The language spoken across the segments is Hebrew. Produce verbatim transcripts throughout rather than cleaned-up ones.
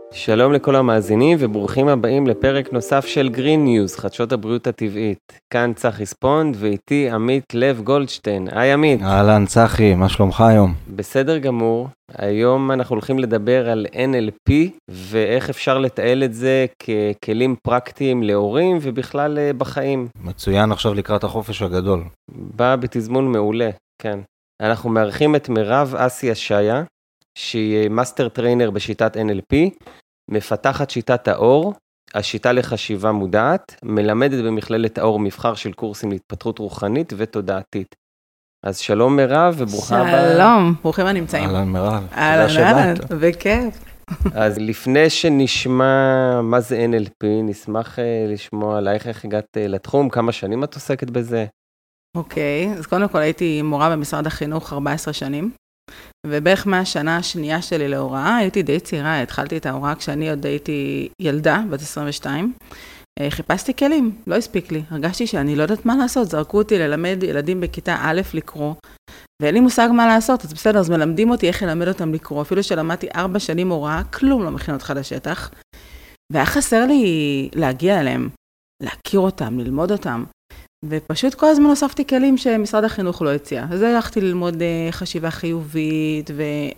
שלום לכל המאזינים וברוכים הבאים לפרק נוסף של גרין ניוז, חדשות הבריאות הטבעית. כאן צחי ספונד ואיתי עמית לב גולדשטיין. היי עמית. אהלן צחי, מה שלומך היום? בסדר גמור. היום אנחנו הולכים לדבר על אן אל פי ואיך אפשר לתעל את זה ככלים פרקטיים להורים ובכלל בחיים. מצוין עכשיו לקראת החופש הגדול. בא בתזמון מעולה, כן. אנחנו מארחים את מירב אסי אשיה, שהיא מאסטר טריינר בשיטת אן אל פי, מפתחת שיטת האור, השיטה לחשיבה מודעת, מלמדת במכללת האור מבחר של קורסים להתפתחות רוחנית ותודעתית. אז שלום מירב וברוכה הבאה. שלום, ברוכים הנמצאים. אהלן מירב, אהלן, אהלן, בכיף. אז לפני שנשמע מה זה אן אל פי, נשמח לשמוע עלייך איך הגעת לתחום, כמה שנים את עוסקת בזה. אוקיי, אז קודם כל הייתי מורה במשרד החינוך ארבע עשרה שנים, ובערך מהשנה השנייה שלי להוראה, הייתי די צעירה, התחלתי את ההוראה כשאני עוד הייתי ילדה, בת עשרים ושתיים, חיפשתי כלים, לא הספיק לי, הרגשתי שאני לא יודעת מה לעשות, זרקו אותי ללמד ילדים בכיתה א' לקרוא, ואין לי מושג מה לעשות, אז בסדר, אז מלמדים אותי איך ללמד אותם לקרוא, אפילו שלמדתי ארבע שנים הוראה, כלום לא מכין אותך לשטח, והיה חסר לי להגיע אליהם, להכיר אותם, ללמוד אותם, ופשוט כל הזמן הוספתי כלים שמשרד החינוך לא הציע. אז הלכתי ללמוד חשיבה חיובית,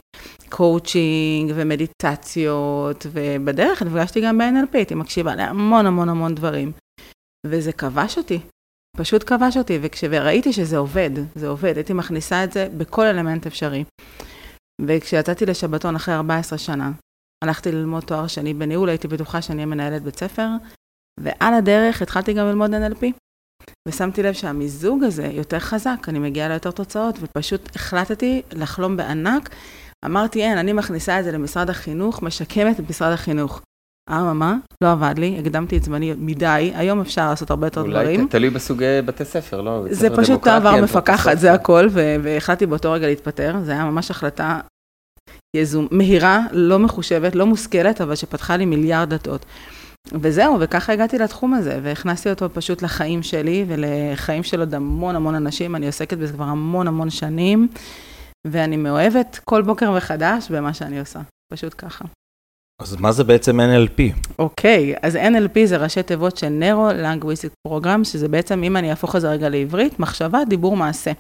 וקואוצ'ינג, ומדיטציות, ובדרך נפגשתי גם ב-אן אל פי, הייתי מקשיבה להמון המון המון דברים. וזה כבש אותי, פשוט כבש אותי, וכשראיתי שזה עובד, זה עובד, הייתי מכניסה את זה בכל אלמנט אפשרי. וכשיצאתי לשבתון אחרי ארבע עשרה שנה, הלכתי ללמוד תואר שני בניהול, הייתי בטוחה שאני מנהלת בית ספר, ועל הדרך התחלתי גם ללמוד אן אל פי. ושמתי לב שהמיזוג הזה יותר חזק, אני מגיעה ליותר תוצאות, ופשוט החלטתי לחלום בענק, אמרתי, אין, אני מכניסה את זה למשרד החינוך, משקמת את משרד החינוך. אה, מה? לא עבד לי, הקדמתי את זמני מדי, היום אפשר לעשות הרבה יותר דברים. אולי תלוי בסוגי בתי ספר, לא? זה פשוט תעבר מפקחת, זה הכל, והחלטתי באותו רגע להתפטר, זה היה ממש החלטה יזום, מהירה, לא מחושבת, לא מושכלת, אבל שפתחה לי מיליארד דתות. וזהו, וככה הגעתי לתחום הזה, והכנסתי אותו פשוט לחיים שלי, ולחיים של עוד המון המון אנשים, אני עוסקת בזה כבר המון המון שנים, ואני מאוהבת כל בוקר מחדש במה שאני עושה, פשוט ככה. אז מה זה בעצם אן אל פי? אוקיי, אז אן אל פי זה ראשי תיבות של Neuro Linguistic Program, שזה בעצם, אם אני אהפוך את זה רגע לעברית, מחשבה, דיבור, מעשה.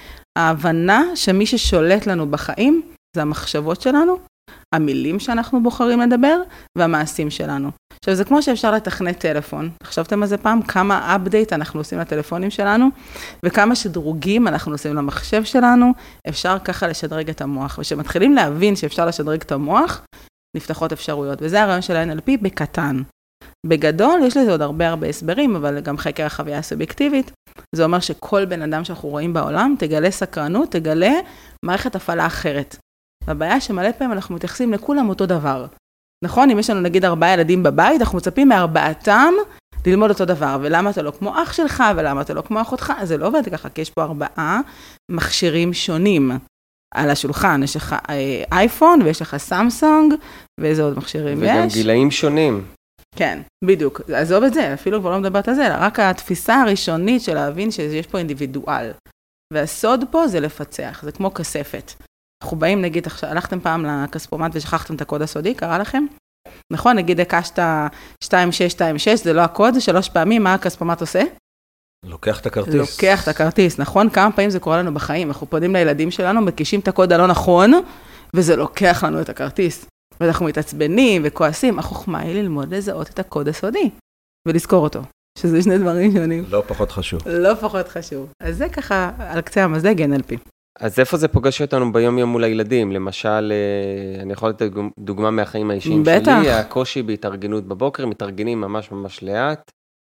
ההבנה שמי ששולט לנו בחיים, זה המחשבות שלנו, המילים שאנחנו בוחרים לדבר, והמעשים שלנו. עכשיו, זה כמו שאפשר לתכנת טלפון. חשבתם על זה פעם? כמה update אנחנו עושים לטלפונים שלנו, וכמה שדרוגים אנחנו עושים למחשב שלנו, אפשר ככה לשדרג את המוח. וכשמתחילים להבין שאפשר לשדרג את המוח, נפתחות אפשרויות. וזה הרעיון של ה-אן אל פי בקטן. בגדול, יש לזה עוד הרבה הרבה הסברים, אבל גם חקר החוויה הסובייקטיבית. זה אומר שכל בן אדם שאנחנו רואים בעולם, תגלה סקרנות, תגלה מערכת הפעלה אחרת. והבעיה שמלא פעמים אנחנו מתייחסים לכולם אותו דבר. נכון? אם יש לנו נגיד ארבעה ילדים בבית, אנחנו מצפים מארבעתם ללמוד אותו דבר. ולמה אתה לא כמו אח שלך, ולמה אתה לא כמו אחותך? אז זה לא עובד ככה, כי יש פה ארבעה מכשירים שונים על השולחן. יש לך אייפון, ויש לך סמסונג, ואיזה עוד מכשירים יש. וגם גילאים שונים. כן, בדיוק. עזוב את זה, אפילו כבר לא מדברת על זה, אלא רק התפיסה הראשונית של להבין שיש פה אינדיבידואל. והסוד פה זה לפצח, זה כמו כספת. אנחנו באים, נגיד, הלכתם פעם לכספומט ושכחתם את הקוד הסודי, קרה לכם? נכון, נגיד, הקשת שתיים שש שתיים שש, זה לא הקוד, זה שלוש פעמים, מה הכספומט עושה? לוקח את הכרטיס. לוקח את הכרטיס, נכון? כמה פעמים זה קורה לנו בחיים, אנחנו פונים לילדים שלנו, מקישים את הקוד הלא נכון, וזה לוקח לנו את הכרטיס. ואנחנו מתעצבנים וכועסים, החוכמה היא ללמוד לזהות את הקוד הסודי, ולזכור אותו, שזה שני דברים שונים. לא פחות חשוב. לא פחות חשוב. אז זה ככה, על קצה המזלג, אן אל פי. אז איפה זה פוגש אותנו ביום יום מול הילדים? למשל, אני יכול לתת דוגמה מהחיים האישיים שלי, הקושי בהתארגנות בבוקר, מתארגנים ממש ממש לאט.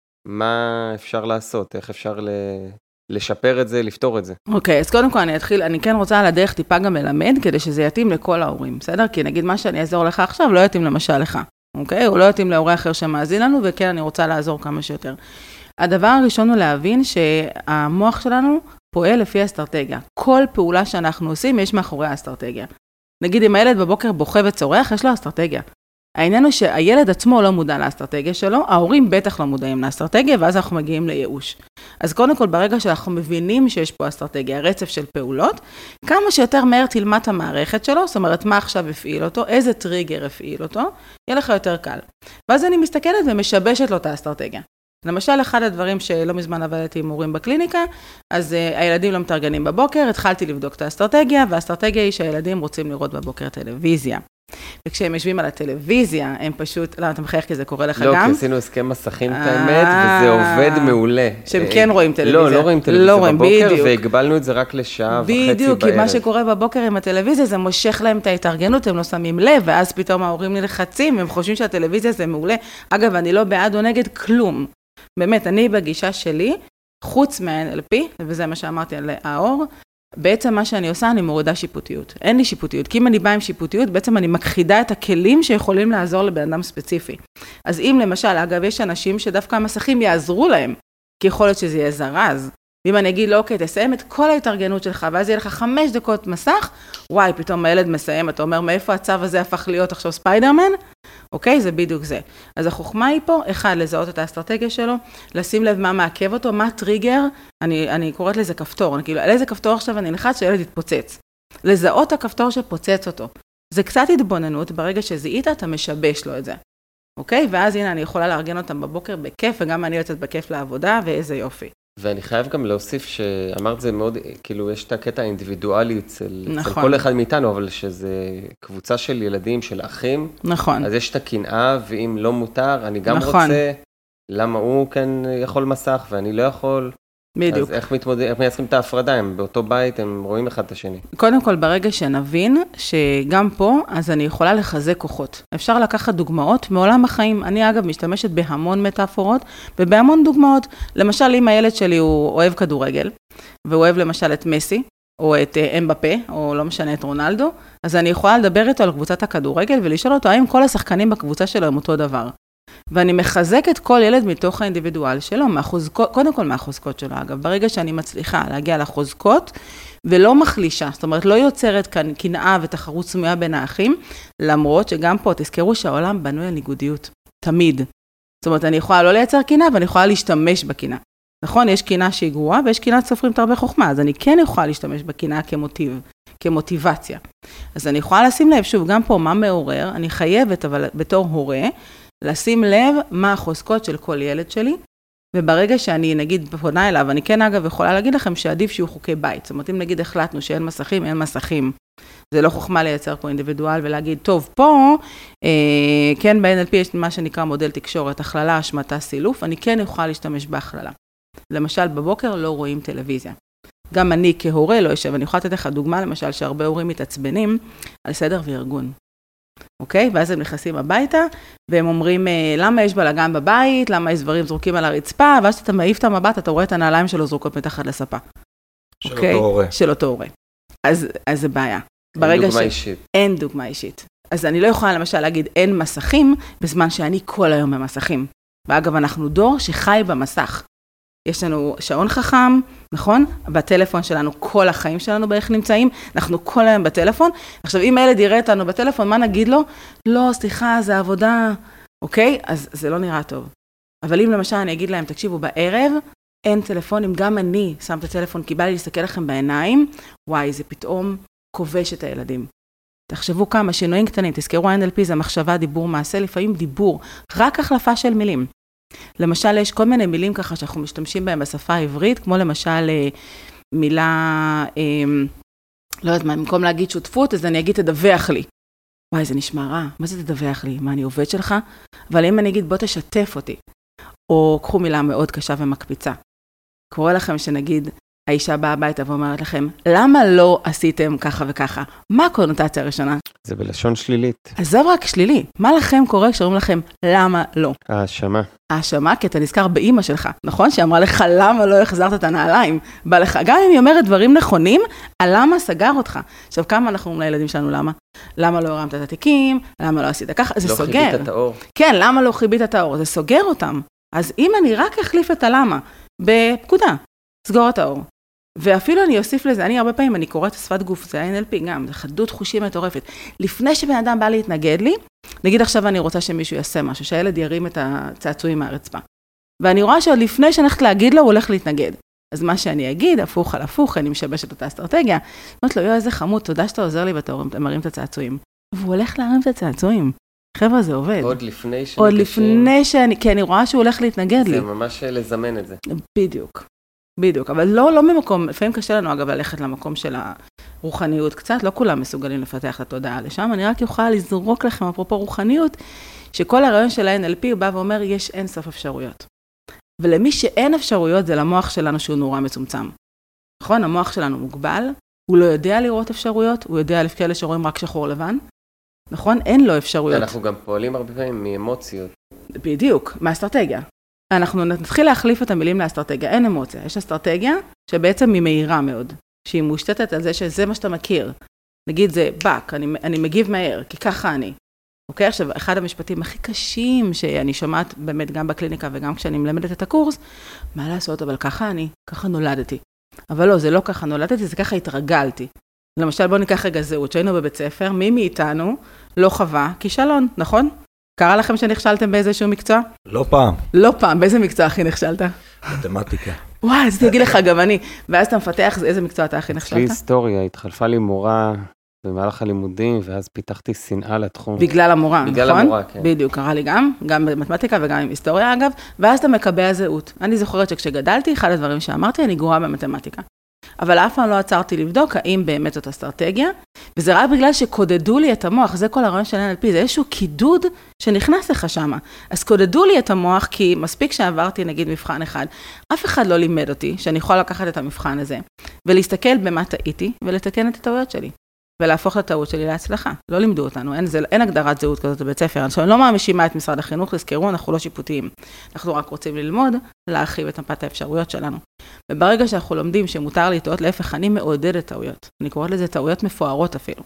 מה אפשר לעשות? איך אפשר לשפר את זה, לפתור את זה? אוקיי, אז קודם כל אני אתחיל, אני כן רוצה על הדרך טיפה גם ללמד, כדי שזה יתאים לכל ההורים, בסדר? כי נגיד מה שאני אעזור לך עכשיו, לא יתאים למשל לך, אוקיי? הוא לא יתאים להורה אחר שמאזין לנו, וכן אני רוצה לעזור כמה שיותר. הדבר הראשון הוא להבין שהמוח שלנו פועל לפי אסטרטגיה. כל פעולה שאנחנו עושים, יש מאחורי האסטרטגיה. נגיד, אם הילד בבוקר בוכה וצורח, יש לו אסטרטגיה. העניין הוא שהילד עצמו לא מודע לאסטרטגיה שלו, ההורים בטח לא מודעים לאסטרטגיה, ואז אנחנו מגיעים לייאוש. אז קודם כל, ברגע שאנחנו מבינים שיש פה אסטרטגיה, רצף של פעולות, כמה שיותר מהר תלמד את המערכת שלו, זאת אומרת, מה עכשיו הפעיל אותו, איזה טריגר הפעיל אותו, יהיה לך יותר קל. ואז אני מסתכלת ומשבשת לו את האסטרטגיה. למשל, אחד הדברים שלא מזמן עבדתי עם מורים בקליניקה, אז uh, הילדים לא מתארגנים בבוקר, התחלתי לבדוק את האסטרטגיה, והאסטרטגיה היא שהילדים רוצים לראות בבוקר טלוויזיה. וכשהם יושבים על הטלוויזיה, הם פשוט, לא, אתה מחייך כי זה קורה לך לא, גם. כי עשינו הסכם מסכים את האמת, וזה עובד מעולה. שהם כן רואים טלוויזיה. לא, לא רואים טלוויזיה בבוקר, והגבלנו את זה רק לשעה וחצי בערב. בדיוק, כי מה שקורה בבוקר עם הטלוויזיה, זה מושך להם את ההתארגנות, הם לא שמים לב, ואז פתאום ההורים נלחצים, הם חושבים שהטלוויזיה זה מעולה. אגב, אני לא בעד או נגד כלום. באמת, אני בגישה שלי, חוץ מה-אן אל פי, וזה מה שאמרתי על האור, בעצם מה שאני עושה, אני מורידה שיפוטיות. אין לי שיפוטיות, כי אם אני באה עם שיפוטיות, בעצם אני מכחידה את הכלים שיכולים לעזור לבן אדם ספציפי. אז אם למשל, אגב, יש אנשים שדווקא המסכים יעזרו להם, כי יכול להיות שזה יהיה זרז. ואם אני אגיד לו, אוקיי, תסיים את כל ההתארגנות שלך, ואז יהיה לך חמש דקות מסך, וואי, פתאום הילד מסיים, אתה אומר, מאיפה הצו הזה הפך להיות עכשיו ספיידרמן? אוקיי, זה בדיוק זה. אז החוכמה היא פה, אחד, לזהות את האסטרטגיה שלו, לשים לב מה מעכב אותו, מה טריגר, אני, אני קוראת לזה כפתור, אני כאילו, על איזה כפתור עכשיו אני נלחץ שהילד יתפוצץ. לזהות הכפתור שפוצץ אותו. זה קצת התבוננות, ברגע שזיהית, אתה משבש לו את זה. אוקיי? ואז הנה, אני יכולה לארגן אותם בבוקר בכיף, וגם אני יוצאת בכיף לעבודה, ואיזה יופי. ואני חייב גם להוסיף שאמרת זה מאוד, כאילו יש את הקטע האינדיבידואלי אצל, נכון. אצל כל אחד מאיתנו, אבל שזה קבוצה של ילדים, של אחים. נכון. אז יש את הקנאה, ואם לא מותר, אני גם נכון. רוצה, למה הוא כן יכול מסך ואני לא יכול. בדיוק. אז איך מתמודד, איך מייצרים את ההפרדה? הם באותו בית, הם רואים אחד את השני. קודם כל, ברגע שנבין שגם פה, אז אני יכולה לחזק כוחות. אפשר לקחת דוגמאות מעולם החיים. אני אגב משתמשת בהמון מטאפורות ובהמון דוגמאות. למשל, אם הילד שלי הוא אוהב כדורגל, והוא אוהב למשל את מסי, או את אמבפה, או לא משנה את רונלדו, אז אני יכולה לדבר איתו על קבוצת הכדורגל ולשאול אותו, האם כל השחקנים בקבוצה שלו הם אותו דבר. ואני מחזקת כל ילד מתוך האינדיבידואל שלו, מהחוזקות, קודם כל מהחוזקות שלו, אגב, ברגע שאני מצליחה להגיע לחוזקות, ולא מחלישה, זאת אומרת, לא יוצרת כאן קנאה ותחרות סמויה בין האחים, למרות שגם פה, תזכרו שהעולם בנוי על ניגודיות, תמיד. זאת אומרת, אני יכולה לא לייצר קנאה, ואני יכולה להשתמש בקנאה. נכון, יש קנאה שהיא גרועה, ויש קנאת סופרים תרבה חוכמה, אז אני כן יכולה להשתמש בקנאה כמוטיב, כמוטיבציה. אז אני יכולה לשים לב, שוב, גם פה מה מעורר, אני חייבת, אבל בתור הורה, לשים לב מה החוזקות של כל ילד שלי, וברגע שאני נגיד פונה אליו, אני כן אגב יכולה להגיד לכם שעדיף שיהיו חוקי בית, זאת אומרת אם נגיד החלטנו שאין מסכים, אין מסכים, זה לא חוכמה לייצר פה אינדיבידואל ולהגיד, טוב פה, אה, כן ב-אן אל פי יש מה שנקרא מודל תקשורת, הכללה, השמטה, סילוף, אני כן יכולה להשתמש בהכללה. למשל בבוקר לא רואים טלוויזיה. גם אני כהורה לא יושב, אני יכולה לתת לך דוגמה למשל שהרבה הורים מתעצבנים על סדר וארגון. אוקיי? ואז הם נכנסים הביתה, והם אומרים, למה יש בלגן בבית, למה יש דברים זרוקים על הרצפה, ואז אתה מעיף את המבט, אתה רואה את הנעליים שלו זרוקות מתחת לספה. של אוקיי? אותו הורה. של אותו הורה. אז, אז זה בעיה. אין דוגמה ש... אישית. אין דוגמה אישית. אז אני לא יכולה למשל להגיד, אין מסכים, בזמן שאני כל היום במסכים. ואגב, אנחנו דור שחי במסך. יש לנו שעון חכם, נכון? בטלפון שלנו, כל החיים שלנו באיך נמצאים, אנחנו כל היום בטלפון. עכשיו, אם הילד יראה אותנו בטלפון, מה נגיד לו? לא, סליחה, זה עבודה, אוקיי? אז זה לא נראה טוב. אבל אם למשל אני אגיד להם, תקשיבו, בערב אין טלפונים, גם אני שם את הטלפון, כי בא לי להסתכל לכם בעיניים, וואי, זה פתאום כובש את הילדים. תחשבו כמה שינויים קטנים, תזכרו, ה-אן אל פי זה מחשבה, דיבור, מעשה, לפעמים דיבור, רק החלפה של מילים. למשל, יש כל מיני מילים ככה שאנחנו משתמשים בהם בשפה העברית, כמו למשל מילה, לא יודעת מה, במקום להגיד שותפות, אז אני אגיד תדווח לי. וואי, זה נשמע רע, מה זה תדווח לי? מה, אני עובד שלך? אבל אם אני אגיד בוא תשתף אותי, או קחו מילה מאוד קשה ומקפיצה. קורא לכם שנגיד, האישה באה הביתה ואומרת לכם, למה לא עשיתם ככה וככה? מה הקונוטציה הראשונה? זה בלשון שלילית. עזוב רק שלילי. מה לכם קורה כשאומרים לכם, למה לא? האשמה. האשמה, כי אתה נזכר באמא שלך, נכון? שאמרה לך, למה לא החזרת את הנעליים? בא לך, גם אם היא אומרת דברים נכונים, הלמה סגר אותך. עכשיו, כמה אנחנו אומרים לילדים שלנו, למה? למה לא הרמת את התיקים? למה לא עשית ככה? זה לא סוגר. חיבית את האור. כן, למה לא חיבית את האור? זה סוגר אותם. אז אם אני רק אחליף את הלמה, בפקודה, סגור את האור. ואפילו אני אוסיף לזה, אני הרבה פעמים, אני קוראת שפת גוף, זה ה-אן אל פי גם, זה חדות חושים מטורפת. לפני שבן אדם בא להתנגד לי, נגיד עכשיו אני רוצה שמישהו יעשה משהו, שהילד ירים את הצעצועים מהרצפה. ואני רואה שעוד לפני שאני הולכת להגיד לו, הוא הולך להתנגד. אז מה שאני אגיד, הפוך על הפוך, אני משבשת אותה אסטרטגיה. אומרת לו, יו, איזה חמוד, תודה שאתה עוזר לי בתור, אתה מרים את הצעצועים. והוא הולך להרים את הצעצועים. חבר'ה, זה עובד. עוד לפני שאני... עוד לפני שאני, כי אני רואה שהוא הולך להתנגד לי. זה ממש לזמן את זה. בדיוק. בדיוק, אבל לא, לא ממקום, לפעמים קשה לנו אגב ללכת למקום של הרוחניות קצת, לא כולם מסוגלים לפתח את התודעה לשם, אני רק יוכל לזרוק לכם אפרופו רוחניות, שכל הרעיון של ה-אן אל פי הוא בא ואומר, יש אין סוף אפשרויות. ולמי שאין אפשרויות, זה למוח שלנו שהוא נורא מצומצם. נכון? המוח שלנו מוגבל, הוא לא יודע לראות אפשרויות, הוא יודע לפי כאלה שרואים רק שחור לבן, נכון? אין לו אפשרויות. אנחנו גם פועלים הרבה פעמים מאמוציות. בדיוק, מהאסטרטגיה. אנחנו נתחיל להחליף את המילים לאסטרטגיה, אין אמוציה, יש אסטרטגיה שבעצם היא מהירה מאוד, שהיא מושתתת על זה שזה מה שאתה מכיר. נגיד זה בק, אני, אני מגיב מהר, כי ככה אני. אוקיי, עכשיו, אחד המשפטים הכי קשים שאני שומעת באמת גם בקליניקה וגם כשאני מלמדת את הקורס, מה לעשות, אבל ככה אני, ככה נולדתי. אבל לא, זה לא ככה נולדתי, זה ככה התרגלתי. למשל, בואו ניקח רגע זהות, שהיינו בבית ספר, מי מאיתנו לא חווה כישלון, נכון? קרה לכם שנכשלתם באיזשהו מקצוע? לא פעם. לא פעם, באיזה מקצוע הכי נכשלת? מתמטיקה. וואי, אז תגיד לך גם אני. ואז אתה מפתח, איזה מקצוע אתה הכי נכשלת? לי היסטוריה, התחלפה לי מורה במהלך הלימודים, ואז פיתחתי שנאה לתחום. בגלל המורה, נכון? בגלל המורה, כן. בדיוק, קרה לי גם, גם במתמטיקה וגם עם היסטוריה אגב, ואז אתה מקבע זהות. אני זוכרת שכשגדלתי, אחד הדברים שאמרתי, אני גרועה במתמטיקה. אבל אף פעם לא עצרתי לבדוק האם באמת זאת אסטרטגיה, וזה רק בגלל שקודדו לי את המוח, זה כל הרעיון של אן אל פי, זה איזשהו קידוד שנכנס לך שמה. אז קודדו לי את המוח, כי מספיק שעברתי נגיד מבחן אחד, אף אחד לא לימד אותי שאני יכולה לקחת את המבחן הזה, ולהסתכל במה טעיתי, ולתקן את הטעויות שלי, ולהפוך את הטעות שלי להצלחה. לא לימדו אותנו, אין, זה, אין הגדרת זהות כזאת בבית ספר, אני לא מאשימה את משרד החינוך, תזכרו, אנחנו לא שיפוטיים. אנחנו רק רוצים ללמוד, להרחיב את מפת האפשרויות שלנו. וברגע שאנחנו לומדים שמותר לטעות, להפך, אני מעודדת טעויות. אני קוראת לזה טעויות מפוארות אפילו.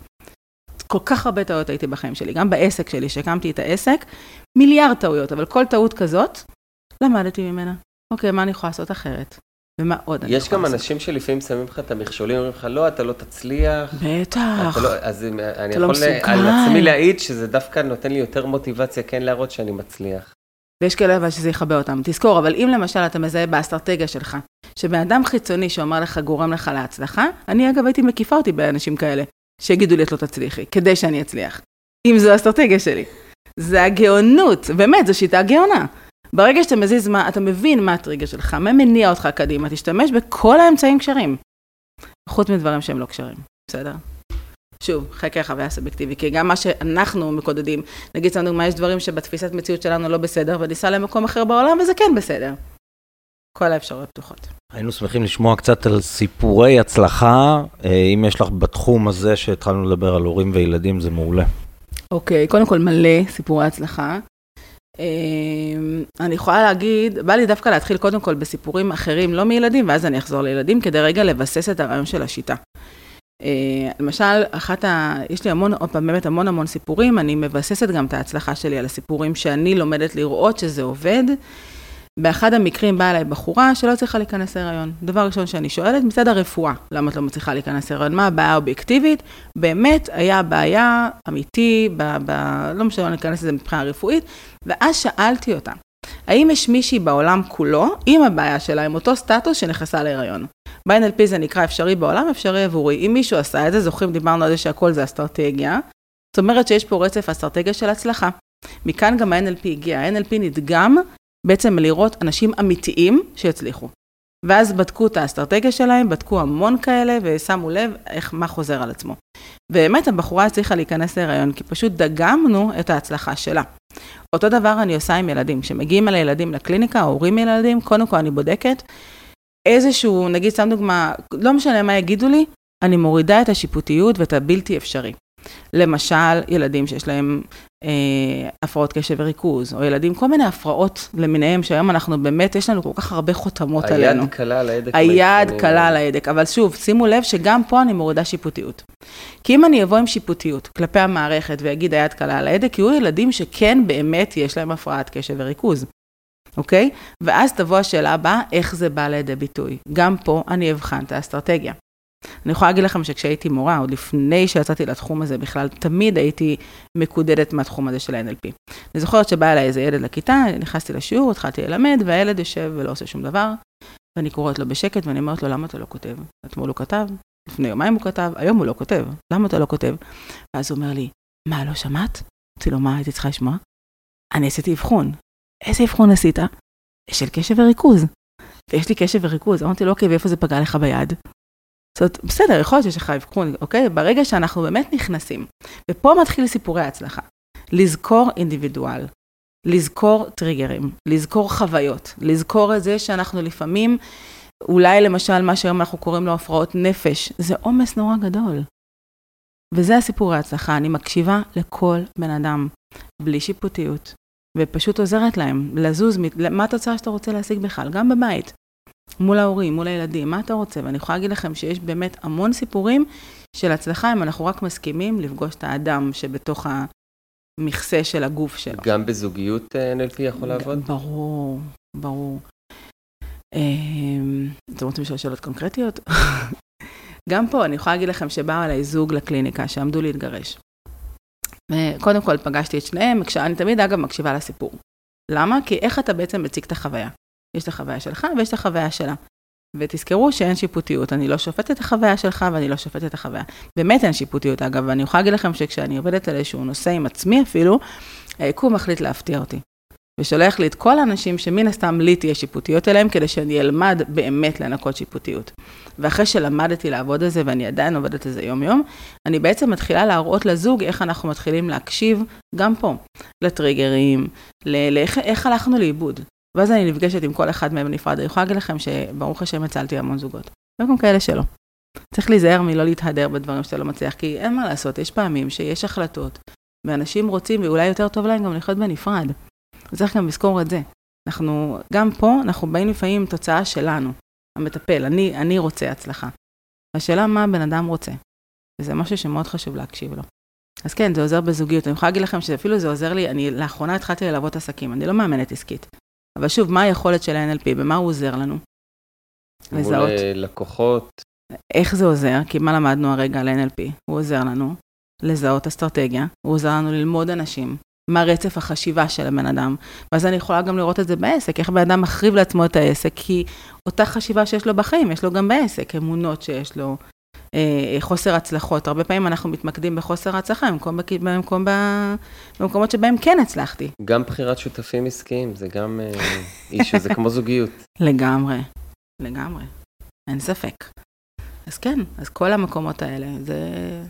כל כך הרבה טעויות הייתי בחיים שלי, גם בעסק שלי, שהקמתי את העסק, מיליארד טעויות, אבל כל טעות כזאת, למדתי ממנה. אוקיי, מה אני יכולה לעשות אחרת? ומה עוד אני יכולה לעשות? יש גם אנשים שלפעמים שמים לך את המכשולים, אומרים לך, לא, אתה לא תצליח. בטח. לא, אז אני יכול על עצמי להעיד שזה דווקא נותן לי יותר מוטיבציה כן להראות שאני מצליח. ויש כאלה אבל שזה יחבא אותם. תזכור, אבל אם למשל אתה מזהה באסטרטגיה שלך, שבאדם חיצוני שאומר לך גורם לך להצלחה, אני אגב הייתי מקיפה אותי באנשים כאלה, שיגידו לי את לא תצליחי, כדי שאני אצליח. אם זו האסטרטגיה שלי. זה הגאונות, באמת, זו שיטה גאונה. ברגע שאתה מזיז מה, אתה מבין מה הטריגר שלך, מה מניע אותך קדימה, תשתמש בכל האמצעים קשרים. חוץ מדברים שהם לא קשרים, בסדר? שוב, חקר חוויה סובייקטיבי, כי גם מה שאנחנו מקודדים, נגיד סתם דוגמה, יש דברים שבתפיסת מציאות שלנו לא בסדר, וניסה למקום אחר בעולם, וזה כן בסדר. כל האפשרויות פתוחות. היינו שמחים לשמוע קצת על סיפורי הצלחה, אם יש לך בתחום הזה שהתחלנו לדבר על הורים וילדים, זה מעולה. אוקיי, קודם כל מלא סיפורי הצלחה. אני יכולה להגיד, בא לי דווקא להתחיל קודם כל בסיפורים אחרים, לא מילדים, ואז אני אחזור לילדים, כדי רגע לבסס את הרעיון של השיטה. למשל, אחת ה... יש לי המון, עוד פעם, באמת המון המון סיפורים, אני מבססת גם את ההצלחה שלי על הסיפורים שאני לומדת לראות שזה עובד. באחד המקרים באה אליי בחורה שלא צריכה להיכנס להיריון. דבר ראשון שאני שואלת, מצד הרפואה, למה את לא מצליחה להיכנס להיריון? מה הבעיה האובייקטיבית? באמת היה בעיה אמיתי, ב... ב... לא משנה, לא ניכנס לזה מבחינה רפואית, ואז שאלתי אותה, האם יש מישהי בעולם כולו, עם הבעיה שלה, עם אותו סטטוס שנכנסה להיריון? ב-אן אל פי זה נקרא אפשרי בעולם, אפשרי עבורי. אם מישהו עשה את זה, זוכרים, דיברנו על זה שהכל זה אסטרטגיה. זאת אומרת שיש פה רצף אסטרטגיה של הצלחה. מכאן גם ה-אן אל פי הגיע. ה-אן אל פי נדגם בעצם לראות אנשים אמיתיים שיצליחו. ואז בדקו את האסטרטגיה שלהם, בדקו המון כאלה, ושמו לב איך, מה חוזר על עצמו. ובאמת הבחורה הצליחה להיכנס להיריון, כי פשוט דגמנו את ההצלחה שלה. אותו דבר אני עושה עם ילדים. כשמגיעים על הילדים לקליניקה, ההורים ילדים, קודם כל אני בודקת, איזשהו, נגיד, שם דוגמה, לא משנה מה יגידו לי, אני מורידה את השיפוטיות ואת הבלתי אפשרי. למשל, ילדים שיש להם אה, הפרעות קשב וריכוז, או ילדים, כל מיני הפרעות למיניהם, שהיום אנחנו באמת, יש לנו כל כך הרבה חותמות היד עלינו. היד קלה על ההדק. היד קלה על ההדק, אבל שוב, שימו לב שגם פה אני מורידה שיפוטיות. כי אם אני אבוא עם שיפוטיות כלפי המערכת ויגיד היד קלה על ההדק, יהיו ילדים שכן באמת יש להם הפרעת קשב וריכוז. אוקיי? ואז תבוא השאלה הבאה, איך זה בא לידי ביטוי. גם פה אני אבחן את האסטרטגיה. אני יכולה להגיד לכם שכשהייתי מורה, עוד לפני שיצאתי לתחום הזה בכלל, תמיד הייתי מקודדת מהתחום הזה של ה-אן אל פי. אני זוכרת שבא אליי איזה ילד לכיתה, נכנסתי לשיעור, התחלתי ללמד, והילד יושב ולא עושה שום דבר, ואני קוראת לו בשקט, ואני אומרת לו, למה אתה לא כותב? אתמול הוא כתב, לפני יומיים הוא כתב, היום הוא לא כותב, למה אתה לא כותב? ואז הוא אומר לי, מה, לא שמעת? אמרתי לו, מה הייתי צריכה לשמוע? אני עשיתי אבחון. איזה אבחון עשית? של קשב וריכוז. ויש לי קשב וריכוז. אמרתי לו, אוקיי, ואיפה זה פגע לך ביד? זאת אומרת, בסדר, יכול להיות שיש לך אבחון, אוקיי? ברגע שאנחנו באמת נכנסים, ופה מתחיל סיפורי ההצלחה. לזכור אינדיבידואל, לזכור טריגרים, לזכור חוויות, לזכור את זה שאנחנו לפעמים, אולי למשל מה שהיום אנחנו קוראים לו הפרעות נפש, זה עומס נורא גדול. וזה הסיפור ההצלחה, אני מקשיבה לכל בן אדם, בלי שיפוטיות, ופשוט עוזרת להם לזוז, מה התוצאה שאתה רוצה להשיג בכלל, גם בבית, מול ההורים, מול הילדים, מה אתה רוצה, ואני יכולה להגיד לכם שיש באמת המון סיפורים של הצלחה, אם אנחנו רק מסכימים לפגוש את האדם שבתוך המכסה של הגוף שלו. גם בזוגיות אן אל פי יכול לעבוד? ברור, ברור. אתם רוצים לשאול שאלות קונקרטיות? גם פה אני יכולה להגיד לכם שבאו עליי זוג לקליניקה שעמדו להתגרש. קודם כל פגשתי את שניהם, אני תמיד אגב מקשיבה לסיפור. למה? כי איך אתה בעצם מציג את החוויה? יש את החוויה שלך ויש את החוויה שלה. ותזכרו שאין שיפוטיות, אני לא שופטת את החוויה שלך ואני לא שופטת את החוויה. באמת אין שיפוטיות אגב, ואני יכולה להגיד לכם שכשאני עובדת על איזשהו נושא עם עצמי אפילו, היקום מחליט להפתיע אותי. ושולח לי את כל האנשים שמן הסתם לי תהיה שיפוטיות אליהם, כדי שאני אלמד באמת לנקות שיפוטיות. ואחרי שלמדתי לעבוד על זה, ואני עדיין עובדת על זה יום יום, אני בעצם מתחילה להראות לזוג איך אנחנו מתחילים להקשיב, גם פה, לטריגרים, לאיך, איך הלכנו לאיבוד. ואז אני נפגשת עם כל אחד מהם נפרד. אני יכולה להגיד לכם שברוך השם הצלתי המון זוגות. וגם כאלה שלא. צריך להיזהר מלא להתהדר בדברים שאתה לא מצליח, כי אין מה לעשות, יש פעמים שיש החלטות, ואנשים רוצים, ואולי יותר טוב להם גם לחיות בנפרד. וצריך גם לזכור את זה. אנחנו, גם פה, אנחנו באים לפעמים עם תוצאה שלנו, המטפל, אני, אני רוצה הצלחה. השאלה מה הבן אדם רוצה. וזה משהו שמאוד חשוב להקשיב לו. אז כן, זה עוזר בזוגיות. אני יכולה להגיד לכם שאפילו זה עוזר לי, אני לאחרונה התחלתי ללוות עסקים, אני לא מאמנת עסקית. אבל שוב, מה היכולת של ה-אן אל פי, במה הוא עוזר לנו? לזהות. לקוחות. איך זה עוזר? כי מה למדנו הרגע על ה-אן אל פי? הוא עוזר לנו לזהות אסטרטגיה, הוא עוזר לנו ללמוד אנשים, מה רצף החשיבה של הבן אדם. ואז אני יכולה גם לראות את זה בעסק, איך הבן אדם מחריב לעצמו את העסק, כי אותה חשיבה שיש לו בחיים, יש לו גם בעסק, אמונות שיש לו, אה, חוסר הצלחות. הרבה פעמים אנחנו מתמקדים בחוסר הצלחה, במקום, במקום, במקומות שבהם כן הצלחתי. גם בחירת שותפים עסקיים, זה גם אה, אישו, זה כמו זוגיות. לגמרי, לגמרי, אין ספק. אז כן, אז כל המקומות האלה, זה,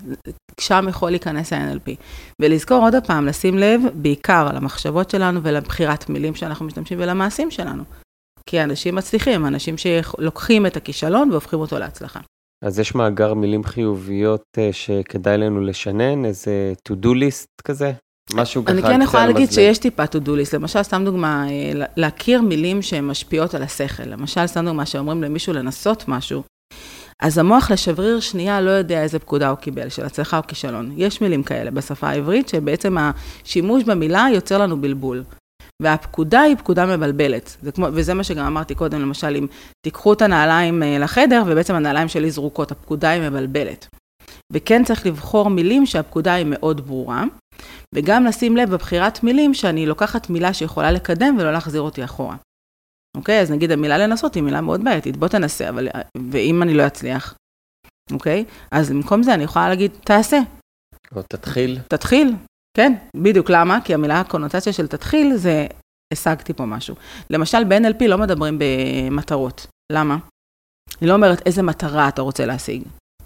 שם יכול להיכנס ה-אן אל פי. ולזכור עוד הפעם, לשים לב בעיקר על המחשבות שלנו ולבחירת מילים שאנחנו משתמשים ולמעשים שלנו. כי האנשים מצליחים, אנשים שלוקחים את הכישלון והופכים אותו להצלחה. אז יש מאגר מילים חיוביות שכדאי לנו לשנן, איזה to-do list כזה? משהו ככה. אני כן יכולה להגיד שיש טיפה to-do list. למשל, סתם דוגמה, להכיר מילים שהן משפיעות על השכל. למשל, סתם דוגמה שאומרים למישהו לנסות משהו, אז המוח לשבריר שנייה לא יודע איזה פקודה הוא קיבל, של הצלחה או כישלון. יש מילים כאלה בשפה העברית, שבעצם השימוש במילה יוצר לנו בלבול. והפקודה היא פקודה מבלבלת. זה כמו, וזה מה שגם אמרתי קודם, למשל, אם תיקחו את הנעליים לחדר, ובעצם הנעליים שלי זרוקות, הפקודה היא מבלבלת. וכן צריך לבחור מילים שהפקודה היא מאוד ברורה, וגם לשים לב בבחירת מילים שאני לוקחת מילה שיכולה לקדם ולא להחזיר אותי אחורה. אוקיי? אז נגיד המילה לנסות היא מילה מאוד בעייתית, בוא תנסה, אבל, ואם אני לא אצליח, אוקיי? אז במקום זה אני יכולה להגיד, תעשה. או תתחיל. תתחיל, כן, בדיוק. למה? כי המילה הקונוטציה של תתחיל זה, השגתי פה משהו. למשל, ב-אן אל פי לא מדברים במטרות. למה? אני לא אומרת איזה מטרה אתה רוצה להשיג.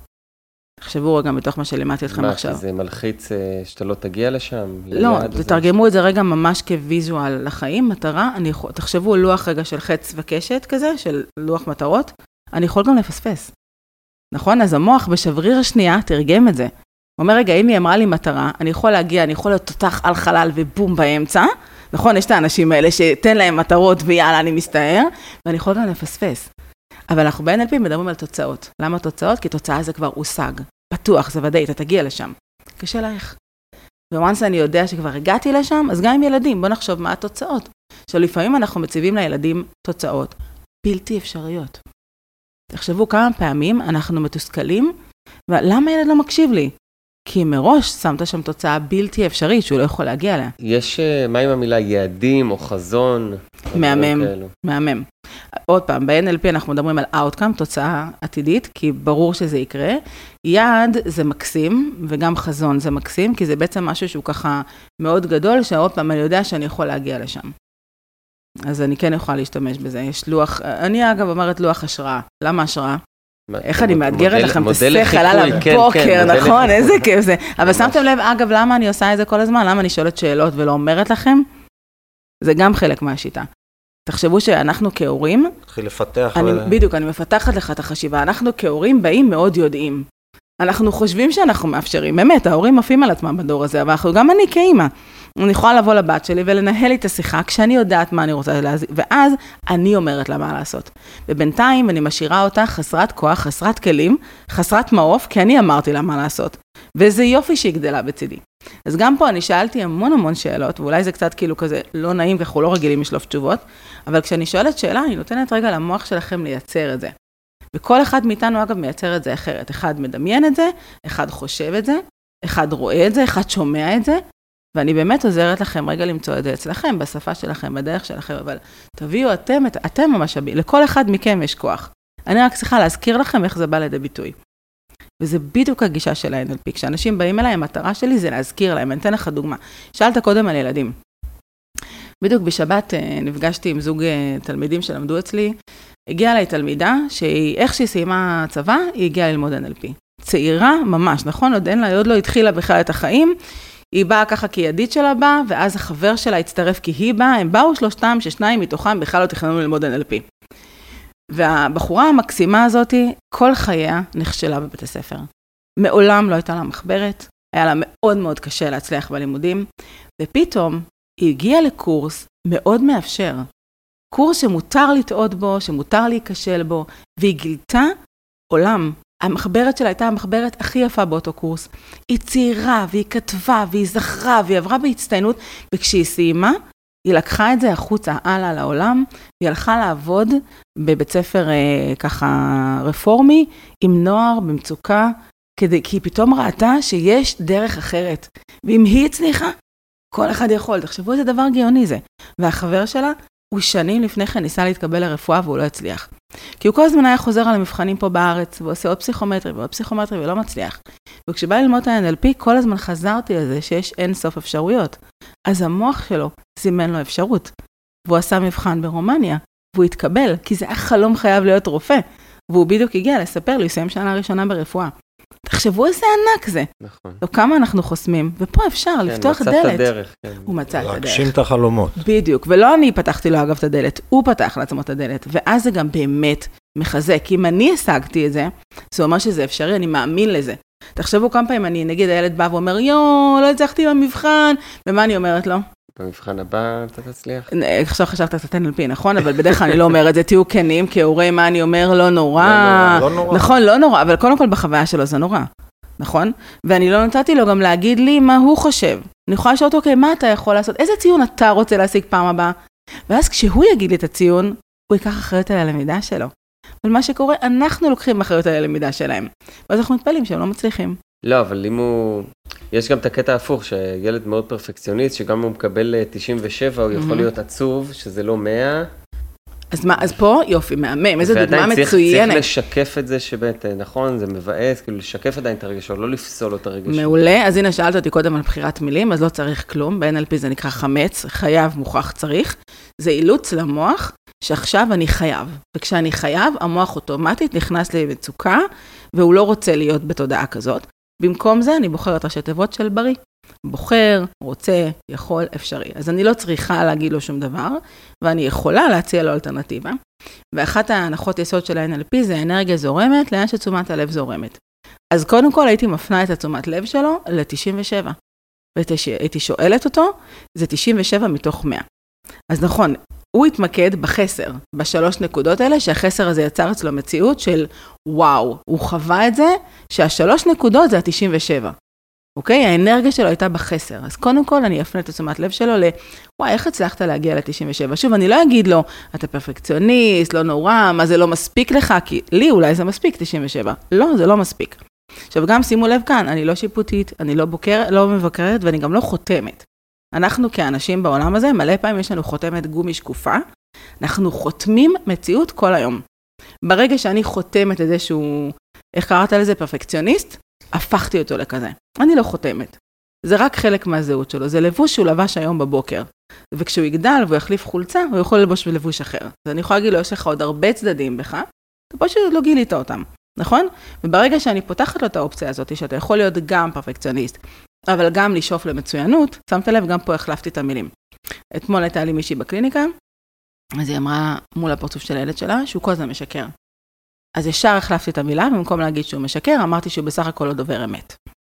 תחשבו רגע מתוך מה שלימדתי אתכם עכשיו. מה, זה מלחיץ שאתה לא תגיע לשם? לא, תתרגמו את זה רגע ממש כוויזואל לחיים, מטרה, אני יכול, תחשבו לוח רגע של חץ וקשת כזה, של לוח מטרות, אני יכול גם לפספס. נכון? אז המוח בשבריר השנייה תרגם את זה. הוא אומר, רגע, אם היא אמרה לי מטרה, אני יכול להגיע, אני יכול להיות תותח על חלל ובום באמצע, נכון? יש את האנשים האלה שתן להם מטרות ויאללה, אני מסתער, ואני יכול גם לפספס. אבל אנחנו ב-אן אל פי מדברים על תוצאות. למה תוצאות? כי תוצאה זה כבר הושג. פתוח, זה ודאי, אתה תגיע לשם. קשה לך. וואנס אני יודע שכבר הגעתי לשם, אז גם עם ילדים, בוא נחשוב מה התוצאות. שלפעמים אנחנו מציבים לילדים תוצאות בלתי אפשריות. תחשבו כמה פעמים אנחנו מתוסכלים, ולמה ילד לא מקשיב לי? כי מראש שמת שם תוצאה בלתי אפשרית שהוא לא יכול להגיע אליה. יש, מה עם המילה יעדים או חזון? מהמם, מהמם. עוד פעם, ב-אן אל פי אנחנו מדברים על outcome, תוצאה עתידית, כי ברור שזה יקרה. יעד זה מקסים, וגם חזון זה מקסים, כי זה בעצם משהו שהוא ככה מאוד גדול, שעוד פעם אני יודע שאני יכול להגיע לשם. אז אני כן יכולה להשתמש בזה. יש לוח, אני אגב אומרת לוח השראה. למה השראה? איך אני מאתגרת לכם את השכל על הבוקר, נכון? איזה כיף זה. אבל שמתם לב, אגב, למה אני עושה את זה כל הזמן? למה אני שואלת שאלות ולא אומרת לכם? זה גם חלק מהשיטה. תחשבו שאנחנו כהורים, תתחיל לפתח. בדיוק, אני מפתחת לך את החשיבה. אנחנו כהורים באים מאוד יודעים. אנחנו חושבים שאנחנו מאפשרים. באמת, ההורים מפים על עצמם בדור הזה, אבל גם אני כאימא. אני יכולה לבוא לבת שלי ולנהל את השיחה כשאני יודעת מה אני רוצה להזיק, ואז אני אומרת לה מה לעשות. ובינתיים אני משאירה אותה חסרת כוח, חסרת כלים, חסרת מעוף, כי אני אמרתי לה מה לעשות. וזה יופי שהיא גדלה בצידי. אז גם פה אני שאלתי המון המון שאלות, ואולי זה קצת כאילו כזה לא נעים, כי אנחנו לא רגילים לשלוף תשובות, אבל כשאני שואלת שאלה, אני נותנת רגע למוח שלכם לייצר את זה. וכל אחד מאיתנו אגב מייצר את זה אחרת. אחד מדמיין את זה, אחד חושב את זה, אחד רואה את זה, אחד שומע את זה, ואני באמת עוזרת לכם רגע למצוא את זה אצלכם, בשפה שלכם, בדרך שלכם, אבל תביאו אתם, אתם המשאבים, לכל אחד מכם יש כוח. אני רק צריכה להזכיר לכם איך זה בא לידי ביטוי. וזה בדיוק הגישה של ה-אן אל פי. כשאנשים באים אליי, המטרה שלי זה להזכיר להם. אני אתן לך דוגמה. שאלת קודם על ילדים. בדיוק בשבת נפגשתי עם זוג תלמידים שלמדו אצלי. הגיעה אליי תלמידה, שאיך שהיא סיימה צבא, היא הגיעה ללמוד אן אל פי. צעירה ממש, נכון? עוד אין לה, עוד לא התחילה בכלל את החיים. היא באה ככה כי ידיד שלה באה, ואז החבר שלה הצטרף כי היא באה. הם באו שלושתם, ששניים מתוכם בכלל לא תכננו ללמוד אן אל פי. והבחורה המקסימה הזאת, כל חייה נכשלה בבית הספר. מעולם לא הייתה לה מחברת, היה לה מאוד מאוד קשה להצליח בלימודים, ופתאום היא הגיעה לקורס מאוד מאפשר. קורס שמותר לטעות בו, שמותר להיכשל בו, והיא גילתה עולם. המחברת שלה הייתה המחברת הכי יפה באותו קורס. היא צעירה, והיא כתבה, והיא זכרה, והיא עברה בהצטיינות, וכשהיא סיימה, היא לקחה את זה החוצה, הלאה לעולם, והיא הלכה לעבוד בבית ספר אה, ככה רפורמי, עם נוער במצוקה, כדי, כי היא פתאום ראתה שיש דרך אחרת. ואם היא הצליחה, כל אחד יכול. תחשבו איזה דבר גאוני זה. והחבר שלה, הוא שנים לפני כן ניסה להתקבל לרפואה, והוא לא הצליח. כי הוא כל הזמן היה חוזר על המבחנים פה בארץ, ועושה עוד פסיכומטרי ועוד פסיכומטרי, ולא מצליח. וכשבא ללמוד את ה-אן אל פי, כל הזמן חזרתי על זה שיש אין סוף אפשרויות. אז המוח שלו זימן לו אפשרות. והוא עשה מבחן ברומניה, והוא התקבל, כי זה היה חלום חייב להיות רופא. והוא בדיוק הגיע לספר לי, סיים שנה ראשונה ברפואה. תחשבו איזה ענק זה. נכון. לא כמה אנחנו חוסמים, ופה אפשר כן, לפתוח מצאת דלת. הדרך, כן. הוא מצא את הדרך. להגשים את החלומות. בדיוק, ולא אני פתחתי לו אגב את הדלת, הוא פתח לעצמו את הדלת, ואז זה גם באמת מחזק. אם אני השגתי את זה, זה אומר שזה אפשרי, אני מאמין לזה. תחשבו כמה פעמים אני, נגיד הילד בא ואומר, יו, לא הצלחתי במבחן, ומה אני אומרת לו? במבחן הבא אתה תצליח? עכשיו חשבת קצת אן אל פי, נכון? אבל בדרך כלל אני לא אומרת, זה תהיו כנים, כהורי מה אני אומר, לא נורא. לא נורא. נכון, לא נורא, אבל קודם כל בחוויה שלו זה נורא. נכון? ואני לא נתתי לו גם להגיד לי מה הוא חושב. אני יכולה לשאול אותו, אוקיי, מה אתה יכול לעשות? איזה ציון אתה רוצה להשיג פעם הבאה? ואז כשהוא יגיד לי את הציון, הוא ייקח אחריות על הלמידה שלו. אבל מה שקורה, אנחנו לוקחים אחריות על הלמידה שלהם. ואז אנחנו מתפלאים שהם לא מצליחים. לא, אבל אם הוא... יש גם את הקטע ההפוך, שילד מאוד פרפקציוניסט, שגם אם הוא מקבל תשעים ושבע, הוא יכול להיות עצוב, שזה לא מאה. אז מה, אז פה יופי, מהמם, איזו דוגמה מצוינת. ועדיין צריך לשקף את זה שבאמת, נכון, זה מבאס, כאילו לשקף עדיין את הרגשות, לא לפסול את הרגשות. מעולה, אז הנה שאלת אותי קודם על בחירת מילים, אז לא צריך כלום, ב-אן אל פי זה נקרא חמץ, חייב, מוכח, צריך. זה אילוץ למוח, שעכשיו אני חייב. וכשאני חייב, המוח אוטומטית נכנס למצוקה, והוא לא רוצה להיות בתודעה כזאת. במקום זה אני בוחרת ראשי תיבות של בריא. בוחר, רוצה, יכול, אפשרי. אז אני לא צריכה להגיד לו שום דבר, ואני יכולה להציע לו אלטרנטיבה. ואחת ההנחות יסוד של ה-אן אל פי זה אנרגיה זורמת, לאן שתשומת הלב זורמת. אז קודם כל הייתי מפנה את התשומת לב שלו ל-תשעים ושבע. והייתי שואלת אותו, זה תשעים ושבע מתוך מאה. אז נכון, הוא התמקד בחסר, בשלוש נקודות האלה, שהחסר הזה יצר אצלו מציאות של וואו, הוא חווה את זה, שהשלוש נקודות זה ה-תשעים ושבע. אוקיי? האנרגיה שלו הייתה בחסר. אז קודם כל אני אפנה את תשומת לב שלו ל, וואי, איך הצלחת להגיע ל-תשעים ושבע? שוב, אני לא אגיד לו, אתה פרפקציוניסט, לא נורא, מה זה לא מספיק לך? כי לי אולי זה מספיק, תשעים ושבע. לא, זה לא מספיק. עכשיו, גם שימו לב כאן, אני לא שיפוטית, אני לא בוקר, לא מבקרת, ואני גם לא חותמת. אנחנו כאנשים בעולם הזה, מלא פעמים יש לנו חותמת גומי שקופה, אנחנו חותמים מציאות כל היום. ברגע שאני חותמת איזשהו, איך קראת לזה, פרפקציוניסט, הפכתי אותו לכזה. אני לא חותמת. זה רק חלק מהזהות שלו. זה לבוש שהוא לבש היום בבוקר. וכשהוא יגדל והוא יחליף חולצה, הוא יכול לבוש בלבוש אחר. אז אני יכולה להגיד לו, יש לך עוד הרבה צדדים בך, אתה פשוט לא גילית אותם. נכון? וברגע שאני פותחת לו את האופציה הזאת, שאתה יכול להיות גם פרפקציוניסט, אבל גם לשאוף למצוינות, שמת לב, גם פה החלפתי את המילים. אתמול הייתה לי מישהי בקליניקה, אז היא אמרה מול הפרצוף של הילד שלה, שהוא כל הזמן משקר. אז ישר החלפתי את המילה, במקום להגיד שהוא משקר, אמרתי שהוא בסך הכל לא דובר אמת.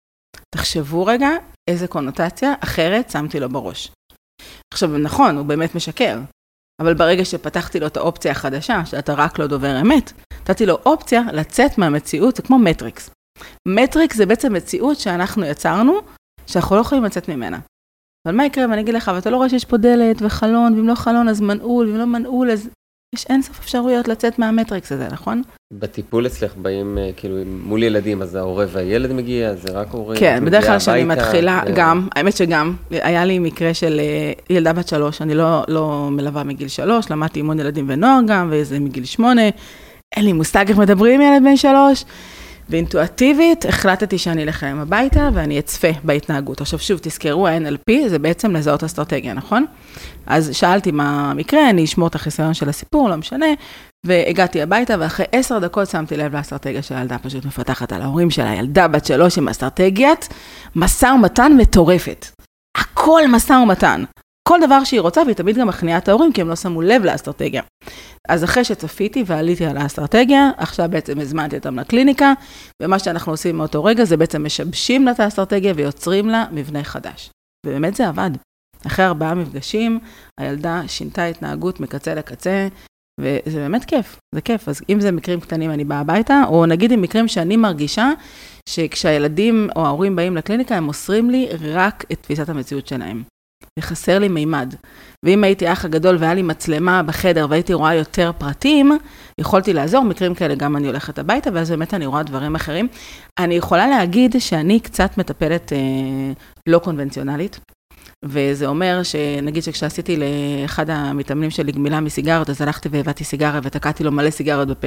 תחשבו רגע איזה קונוטציה אחרת שמתי לו בראש. עכשיו, נכון, הוא באמת משקר, אבל ברגע שפתחתי לו את האופציה החדשה, שאתה רק לא דובר אמת, נתתי לו אופציה לצאת מהמציאות, זה כמו מטריקס. מטריקס זה בעצם מציאות שאנחנו יצרנו, שאנחנו לא יכולים לצאת ממנה. אבל מה יקרה? ואני אגיד לך, ואתה לא רואה שיש פה דלת וחלון, ואם לא חלון אז מנעול, ואם לא מנעול אז יש אין סוף אפשרויות לצאת מהמטריקס הזה, נכון? בטיפול אצלך באים כאילו מול ילדים, אז ההורה והילד מגיע, זה רק הורה. כן, בדרך כלל שאני מתחילה גם, האמת שגם, היה לי מקרה של ילדה בת שלוש, אני לא, לא מלווה מגיל שלוש, למדתי אימון ילדים ונוער גם, וזה מגיל שמונה, אין לי מושג איך מדברים ילד בן שלוש, ואינטואטיבית החלטתי שאני אלך להם הביתה, ואני אצפה בהתנהגות. עכשיו שוב, תזכרו, ה-אן אל פי זה בעצם לזהות אסטרטגיה, נכון? אז שאלתי מה המקרה, אני אשמור את החיסיון של הסיפור, לא משנה, והגעתי הביתה, ואחרי עשר דקות שמתי לב לאסטרטגיה של הילדה, פשוט מפתחת על ההורים של הילדה בת שלוש עם אסטרטגיית, מסע ומתן מטורפת. הכל מסע ומתן. כל דבר שהיא רוצה, והיא תמיד גם מכניעה את ההורים, כי הם לא שמו לב לאסטרטגיה. אז אחרי שצפיתי ועליתי על האסטרטגיה, עכשיו בעצם הזמנתי אותם לקליניקה, ומה שאנחנו עושים מאותו רגע, זה בעצם משבשים לה את האסטרטגיה, ויוצרים לה מבנה חדש. ובאמת זה עבד. אחרי ארבעה מפגשים, הילדה שינתה התנהגות מקצה לקצה, וזה באמת כיף, זה כיף. אז אם זה מקרים קטנים, אני באה הביתה, או נגיד עם מקרים שאני מרגישה, שכשהילדים או ההורים באים לקליניקה, הם מוסרים לי רק את תפיסת המציאות שלהם. וחסר לי מימד. ואם הייתי אח הגדול והיה לי מצלמה בחדר והייתי רואה יותר פרטים, יכולתי לעזור. מקרים כאלה גם אני הולכת הביתה, ואז באמת אני רואה דברים אחרים. אני יכולה להגיד שאני קצת מטפלת אה, לא קונבנציונלית, וזה אומר שנגיד שכשעשיתי לאחד המתאמנים שלי גמילה מסיגרות, אז הלכתי והבאתי סיגרה ותקעתי לו מלא סיגרות בפה.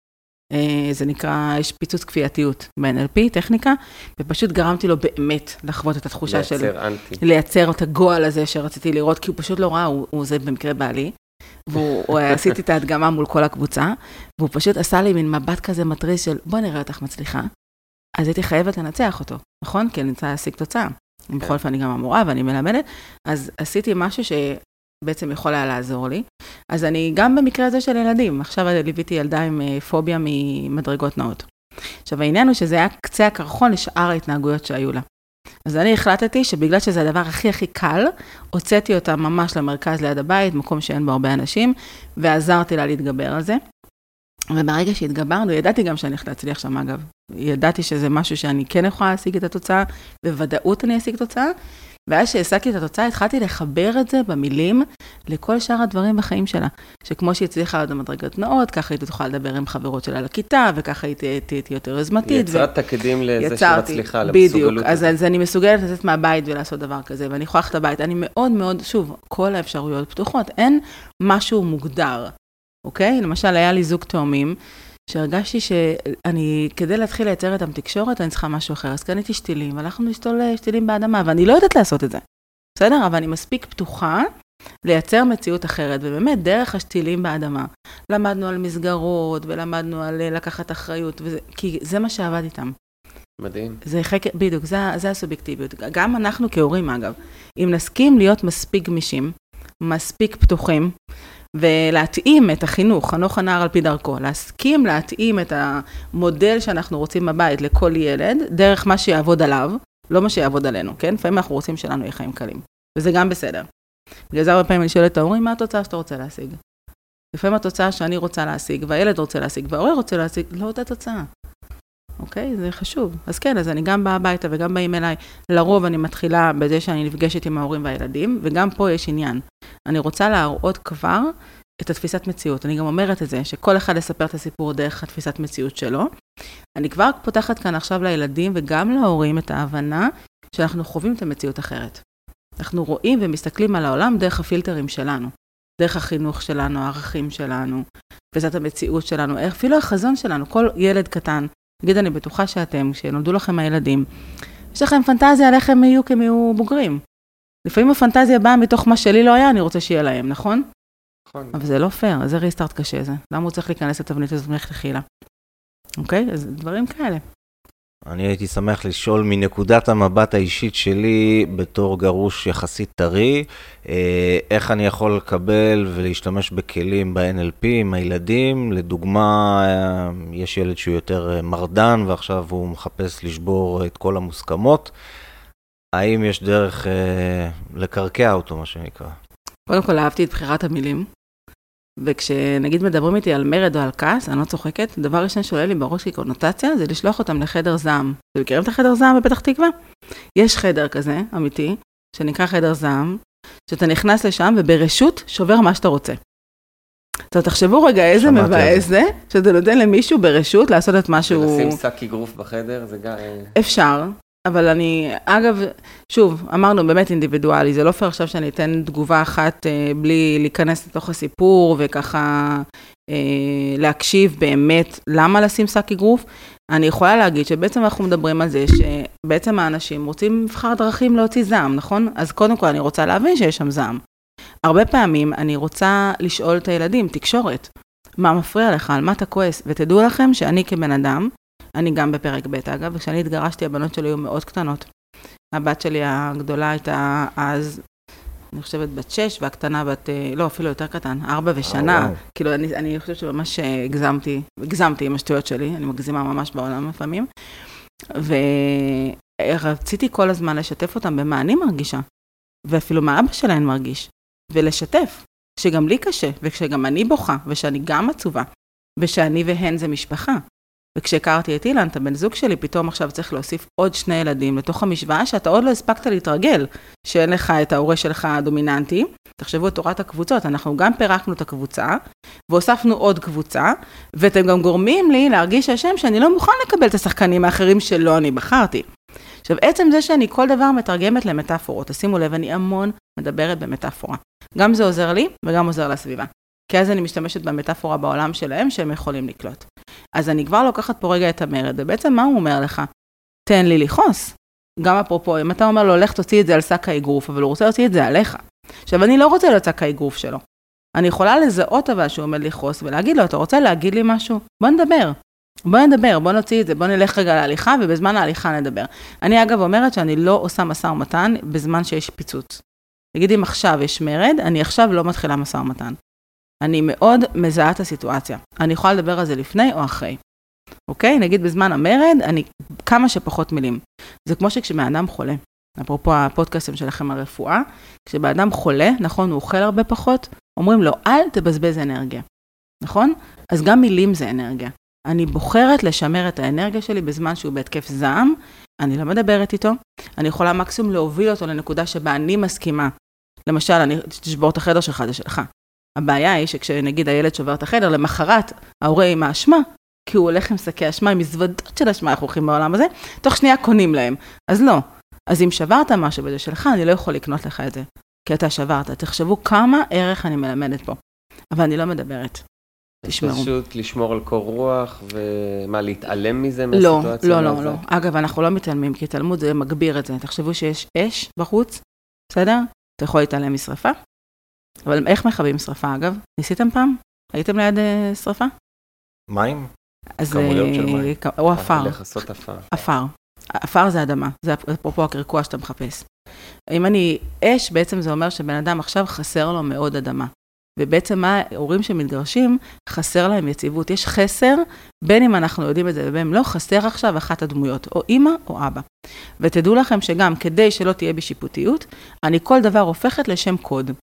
זה נקרא, יש פיצוץ כפייתיות ב-אן אל פי, טכניקה, ופשוט גרמתי לו באמת לחוות את התחושה של... לייצר אנטי. לייצר את הגועל הזה שרציתי לראות, כי הוא פשוט לא ראה, הוא, הוא זה במקרה בעלי, והוא עשיתי את ההדגמה מול כל הקבוצה, והוא פשוט עשה לי מין מבט כזה מטריז של, בוא נראה אותך מצליחה, אז הייתי חייבת לנצח אותו, נכון? כי אני נמצא להשיג תוצאה. כן. בכל אופן אני גם המורה ואני מלמדת, אז עשיתי משהו ש... בעצם יכול היה לעזור לי. אז אני גם במקרה הזה של ילדים, עכשיו ליוויתי ילדה עם פוביה ממדרגות נאות. עכשיו העניין הוא שזה היה קצה הקרחון לשאר ההתנהגויות שהיו לה. אז אני החלטתי שבגלל שזה הדבר הכי הכי קל, הוצאתי אותה ממש למרכז ליד הבית, מקום שאין בו הרבה אנשים, ועזרתי לה להתגבר על זה. וברגע שהתגברנו, ידעתי גם שאני הולכת להצליח שם אגב. ידעתי שזה משהו שאני כן יכולה להשיג את התוצאה, בוודאות אני אשיג תוצאה, ואז שהשגתי את התוצאה, התחלתי לחבר את זה במילים לכל שאר הדברים בחיים שלה. שכמו שהיא הצליחה עוד במדרגות נאות, ככה היא תוכל לדבר עם חברות שלה לכיתה, וככה היא תהייתי יותר יזמתית. יצרת תקדים לזה שמצליחה, למסוגלות. בדיוק, אז, אז אני מסוגלת לצאת מהבית ולעשות דבר כזה, ואני יכולה ללכת הבית. אני מאוד מאוד, שוב, כל האפשרויות פתוחות, אין משהו מוגדר, אוקיי? למשל, היה לי זוג תאומים, שהרגשתי שאני, כדי להתחיל לייצר איתם תקשורת, אני צריכה משהו אחר. אז קניתי שתילים, הלכנו לשתול שתילים באדמה, ואני לא יודעת לעשות את זה. בסדר? אבל אני מספיק פתוחה לייצר מציאות אחרת, ובאמת, דרך השתילים באדמה, למדנו על מסגרות, ולמדנו על לקחת אחריות, וזה, כי זה מה שעבד איתם. מדהים. זה חקר, בדיוק, זה, זה הסובייקטיביות. גם אנחנו כהורים, אגב, אם נסכים להיות מספיק גמישים, מספיק פתוחים, ולהתאים את החינוך, חנוך הנער על פי דרכו, להסכים להתאים את המודל שאנחנו רוצים בבית לכל ילד, דרך מה שיעבוד עליו, לא מה שיעבוד עלינו, כן? לפעמים אנחנו רוצים שלנו יהיה חיים קלים, וזה גם בסדר. בגלל זה הרבה פעמים אני שואלת את ההורים, מה התוצאה שאתה רוצה להשיג? לפעמים התוצאה שאני רוצה להשיג, והילד רוצה להשיג, וההורה רוצה להשיג, לא אותה תוצאה. אוקיי? זה חשוב. אז כן, אז אני גם באה הביתה וגם באים אליי. לרוב אני מתחילה בזה שאני נפגשת עם ההורים והילדים, וגם פה יש עניין. אני רוצה להראות כבר את התפיסת מציאות. אני גם אומרת את זה, שכל אחד יספר את הסיפור דרך התפיסת מציאות שלו. אני כבר פותחת כאן עכשיו לילדים וגם להורים את ההבנה שאנחנו חווים את המציאות אחרת. אנחנו רואים ומסתכלים על העולם דרך הפילטרים שלנו, דרך החינוך שלנו, הערכים שלנו, תפיסת המציאות שלנו, אפילו החזון שלנו, כל ילד קטן. נגיד, אני בטוחה שאתם, כשנולדו לכם הילדים, יש לכם פנטזיה על איך הם יהיו כמיהו בוגרים. לפעמים הפנטזיה באה מתוך מה שלי לא היה, אני רוצה שיהיה להם, נכון? נכון. אבל זה לא פייר, זה ריסטארט קשה זה. למה הוא צריך להיכנס לתבנית הזאת מלכתחילה? אוקיי? אז דברים כאלה. אני הייתי שמח לשאול מנקודת המבט האישית שלי בתור גרוש יחסית טרי, איך אני יכול לקבל ולהשתמש בכלים ב-אן אל פי עם הילדים. לדוגמה, יש ילד שהוא יותר מרדן ועכשיו הוא מחפש לשבור את כל המוסכמות. האם יש דרך לקרקע אותו, מה שנקרא? קודם כל, אהבתי את בחירת המילים. וכשנגיד מדברים איתי על מרד או על כעס, אני לא צוחקת, דבר ראשון שעולה לי בראש כקונוטציה, זה לשלוח אותם לחדר זעם. אתם מכירים את החדר זעם בפתח תקווה? יש חדר כזה, אמיתי, שנקרא חדר זעם, שאתה נכנס לשם וברשות שובר מה שאתה רוצה. עכשיו תחשבו רגע איזה מבאס זה, שאתה נותן למישהו ברשות לעשות את משהו... ולשים שק אגרוף בחדר, זה גם... אפשר. אבל אני, אגב, שוב, אמרנו באמת אינדיבידואלי, זה לא פייר עכשיו שאני אתן תגובה אחת אה, בלי להיכנס לתוך הסיפור וככה אה, להקשיב באמת למה לשים שק אגרוף. אני יכולה להגיד שבעצם אנחנו מדברים על זה שבעצם האנשים רוצים לבחר דרכים להוציא זעם, נכון? אז קודם כל אני רוצה להבין שיש שם זעם. הרבה פעמים אני רוצה לשאול את הילדים, תקשורת, מה מפריע לך, על מה אתה כועס, ותדעו לכם שאני כבן אדם, אני גם בפרק ב' אגב, וכשאני התגרשתי, הבנות שלי היו מאוד קטנות. הבת שלי הגדולה הייתה אז, אני חושבת בת שש, והקטנה בת, לא, אפילו יותר קטן, ארבע ושנה. Oh, wow. כאילו, אני, אני חושבת שממש הגזמתי, הגזמתי עם השטויות שלי, אני מגזימה ממש בעולם לפעמים. ורציתי כל הזמן לשתף אותם במה אני מרגישה, ואפילו מה אבא שלהן מרגיש, ולשתף, שגם לי קשה, וכשגם אני בוכה, ושאני גם עצובה, ושאני והן זה משפחה. וכשהכרתי את אילן, את הבן זוג שלי, פתאום עכשיו צריך להוסיף עוד שני ילדים לתוך המשוואה, שאתה עוד לא הספקת להתרגל, שאין לך את ההורה שלך הדומיננטי. תחשבו את תורת הקבוצות, אנחנו גם פירקנו את הקבוצה, והוספנו עוד קבוצה, ואתם גם גורמים לי להרגיש השם שאני לא מוכן לקבל את השחקנים האחרים שלא אני בחרתי. עכשיו, עצם זה שאני כל דבר מתרגמת למטאפורות, תשימו לב, אני המון מדברת במטאפורה. גם זה עוזר לי, וגם עוזר לסביבה. כי אז אני משתמשת במטאפורה בעולם שלהם, שהם יכולים לקלוט. אז אני כבר לוקחת פה רגע את המרד, ובעצם מה הוא אומר לך? תן לי לכעוס. גם אפרופו, אם אתה אומר לו, לך תוציא את זה על שק האגרוף, אבל הוא רוצה להוציא את זה עליך. עכשיו, אני לא רוצה להיות שק האגרוף שלו. אני יכולה לזהות אבל שהוא עומד לכעוס, ולהגיד לו, אתה רוצה להגיד לי משהו? בוא נדבר. בוא נדבר, בוא נוציא את זה, בוא נלך רגע להליכה, ובזמן ההליכה נדבר. אני אגב אומרת שאני לא עושה מסע ומתן בזמן שיש פיצוץ. נגיד אם עכשיו יש מרד, אני עכשיו לא מתחילה מסע ומתן. אני מאוד מזהה את הסיטואציה. אני יכולה לדבר על זה לפני או אחרי. אוקיי? נגיד בזמן המרד, אני כמה שפחות מילים. זה כמו שכשבאדם חולה, אפרופו הפודקאסטים שלכם על רפואה, כשבאדם חולה, נכון, הוא אוכל הרבה פחות, אומרים לו, אל תבזבז אנרגיה. נכון? אז גם מילים זה אנרגיה. אני בוחרת לשמר את האנרגיה שלי בזמן שהוא בהתקף זעם, אני לא מדברת איתו, אני יכולה מקסימום להוביל אותו לנקודה שבה אני מסכימה. למשל, אני תשבור את החדר שלך, זה שלך. הבעיה היא שכשנגיד הילד שובר את החדר, למחרת ההורה עם האשמה, כי הוא הולך עם שקי אשמה, עם מזוודות של אשמה, אנחנו הולכים בעולם הזה, תוך שנייה קונים להם. אז לא. אז אם שברת משהו בזה שלך, אני לא יכול לקנות לך את זה. כי אתה שברת. תחשבו כמה ערך אני מלמדת פה. אבל אני לא מדברת. תשמרו. פשוט לשמור על קור רוח, ומה, להתעלם מזה לא, מהסיטואציה? לא, לא, לא. אגב, אנחנו לא מתעלמים, כי התעלמות זה מגביר את זה. תחשבו שיש אש בחוץ, בסדר? אתה יכול להתעלם משרפה. אבל איך מכבים שרפה, אגב? ניסיתם פעם? הייתם ליד שרפה? מים? כמויות של מים. או אפר. לחסות אפר. אפר. אפר זה אדמה. זה אפרופו הקרקוע שאתה מחפש. אם אני אש, בעצם זה אומר שבן אדם עכשיו חסר לו מאוד אדמה. ובעצם מה ההורים שמתגרשים, חסר להם יציבות. יש חסר, בין אם אנחנו יודעים את זה, ובין אם לא, חסר עכשיו אחת הדמויות, או אמא או אבא. ותדעו לכם שגם כדי שלא תהיה בשיפוטיות, אני כל דבר הופכת לשם קוד.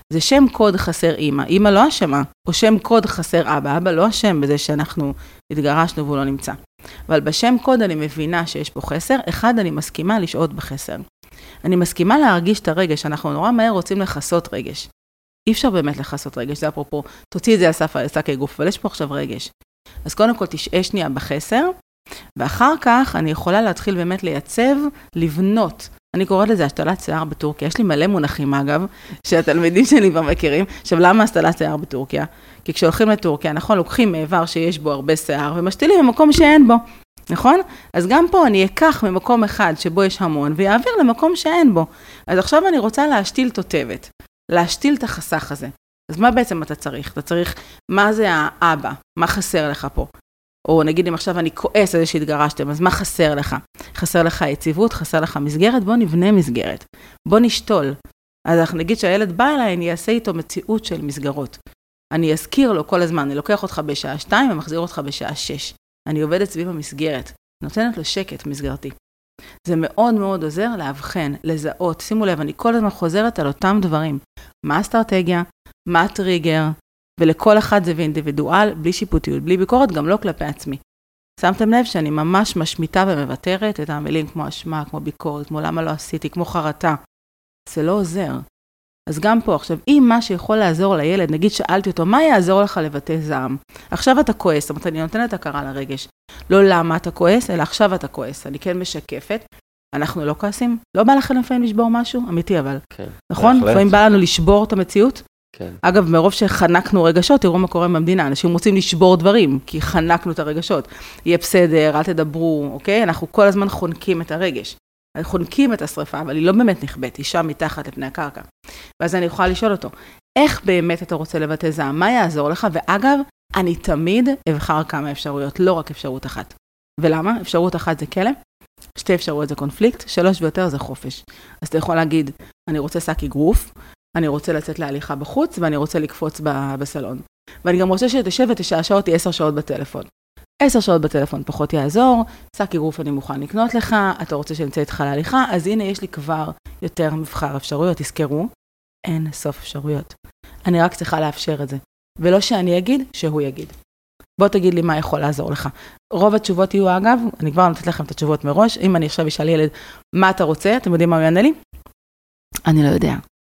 זה שם קוד חסר אמא, אמא לא אשמה, או שם קוד חסר אבא, אבא לא אשם בזה שאנחנו התגרשנו והוא לא נמצא. אבל בשם קוד אני מבינה שיש פה חסר, אחד אני מסכימה לשעות בחסר. אני מסכימה להרגיש את הרגש, אנחנו נורא מהר רוצים לחסות רגש. אי אפשר באמת לחסות רגש, זה אפרופו, תוציא את זה על שקי גוף, אבל יש פה עכשיו רגש. אז קודם כל תשעה שנייה בחסר, ואחר כך אני יכולה להתחיל באמת לייצב, לבנות. אני קוראת לזה השתלת שיער בטורקיה. יש לי מלא מונחים אגב, שהתלמידים שלי כבר מכירים. עכשיו, למה השתלת שיער בטורקיה? כי כשהולכים לטורקיה, נכון, לוקחים מעבר שיש בו הרבה שיער, ומשתילים במקום שאין בו, נכון? אז גם פה אני אקח ממקום אחד שבו יש המון, ויעביר למקום שאין בו. אז עכשיו אני רוצה להשתיל תותבת, להשתיל את החסך הזה. אז מה בעצם אתה צריך? אתה צריך, מה זה האבא? מה חסר לך פה? או נגיד אם עכשיו אני כועס על זה שהתגרשתם, אז מה חסר לך? חסר לך יציבות, חסר לך מסגרת, בוא נבנה מסגרת. בוא נשתול. אז אנחנו נגיד שהילד בא אליי, אני אעשה איתו מציאות של מסגרות. אני אזכיר לו כל הזמן, אני לוקח אותך בשעה שתיים ומחזיר אותך בשעה שש. אני עובדת סביב המסגרת, נותנת לו שקט מסגרתי. זה מאוד מאוד עוזר להבחן, לזהות. שימו לב, אני כל הזמן חוזרת על אותם דברים. מה האסטרטגיה? מה הטריגר? ולכל אחד זה אינדיבידואל, בלי שיפוטיות, בלי ביקורת, גם לא כלפי עצמי. שמתם לב שאני ממש משמיטה ומוותרת את המילים כמו אשמה, כמו ביקורת, כמו למה לא עשיתי, כמו חרטה. זה לא עוזר. אז גם פה, עכשיו, אם מה שיכול לעזור לילד, נגיד שאלתי אותו, מה יעזור לך לבטא זעם? עכשיו אתה כועס, זאת אומרת, אני נותנת הכרה לרגש. לא למה אתה כועס, אלא עכשיו אתה כועס. אני כן משקפת. אנחנו לא כועסים? לא בא לכם לפעמים לשבור משהו? אמיתי, אבל. כן. נכון? לפעמים בא לנו לשבור את המציאות? כן. אגב, מרוב שחנקנו רגשות, תראו מה קורה במדינה, אנשים רוצים לשבור דברים, כי חנקנו את הרגשות. יהיה בסדר, אל תדברו, אוקיי? אנחנו כל הזמן חונקים את הרגש. חונקים את השריפה, אבל היא לא באמת נכבאת, היא שם מתחת לפני הקרקע. ואז אני יכולה לשאול אותו, איך באמת אתה רוצה לבטא זעם? מה יעזור לך? ואגב, אני תמיד אבחר כמה אפשרויות, לא רק אפשרות אחת. ולמה? אפשרות אחת זה כלא, שתי אפשרויות זה קונפליקט, שלוש ויותר זה חופש. אז אתה יכול להגיד, אני רוצה שק אגרוף, אני רוצה לצאת להליכה בחוץ, ואני רוצה לקפוץ בסלון. ואני גם רוצה שתשב ותשעשע אותי עשר שעות בטלפון. עשר שעות בטלפון פחות יעזור, שק אגרוף אני מוכן לקנות לך, אתה רוצה שנצא איתך להליכה, אז הנה יש לי כבר יותר מבחר אפשרויות, תזכרו, אין סוף אפשרויות. אני רק צריכה לאפשר את זה, ולא שאני אגיד, שהוא יגיד. בוא תגיד לי מה יכול לעזור לך. רוב התשובות יהיו אגב, אני כבר נותנת לכם את התשובות מראש, אם אני עכשיו אשאל ילד, מה אתה רוצה? אתם יודעים מה הוא יענה לי? אני לא יודע.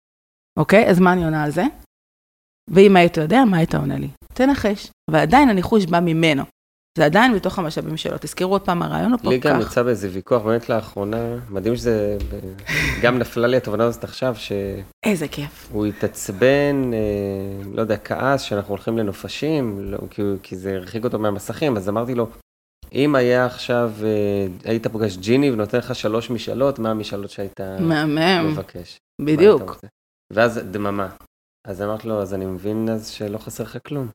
אוקיי? אז מה אני עונה על זה? ואם היית יודע, מה היית עונה לי? תנחש. ועדיין הניחוש בא ממנו. זה עדיין בתוך המשאבים שלו. תזכרו עוד פעם, הרעיון הוא פה כך. לי גם יצא באיזה ויכוח, באמת לאחרונה, מדהים שזה, גם נפלה לי התובנה הזאת עכשיו, ש... איזה כיף. הוא התעצבן, לא יודע, כעס, שאנחנו הולכים לנופשים, כי זה הרחיק אותו מהמסכים, אז אמרתי לו, אם היה עכשיו, היית פוגש ג'יני ונותן לך שלוש משאלות, מה המשאלות שהיית מבקש? בדיוק. ואז דממה. אז אמרתי לו, אז אני מבין אז שלא חסר לך כלום.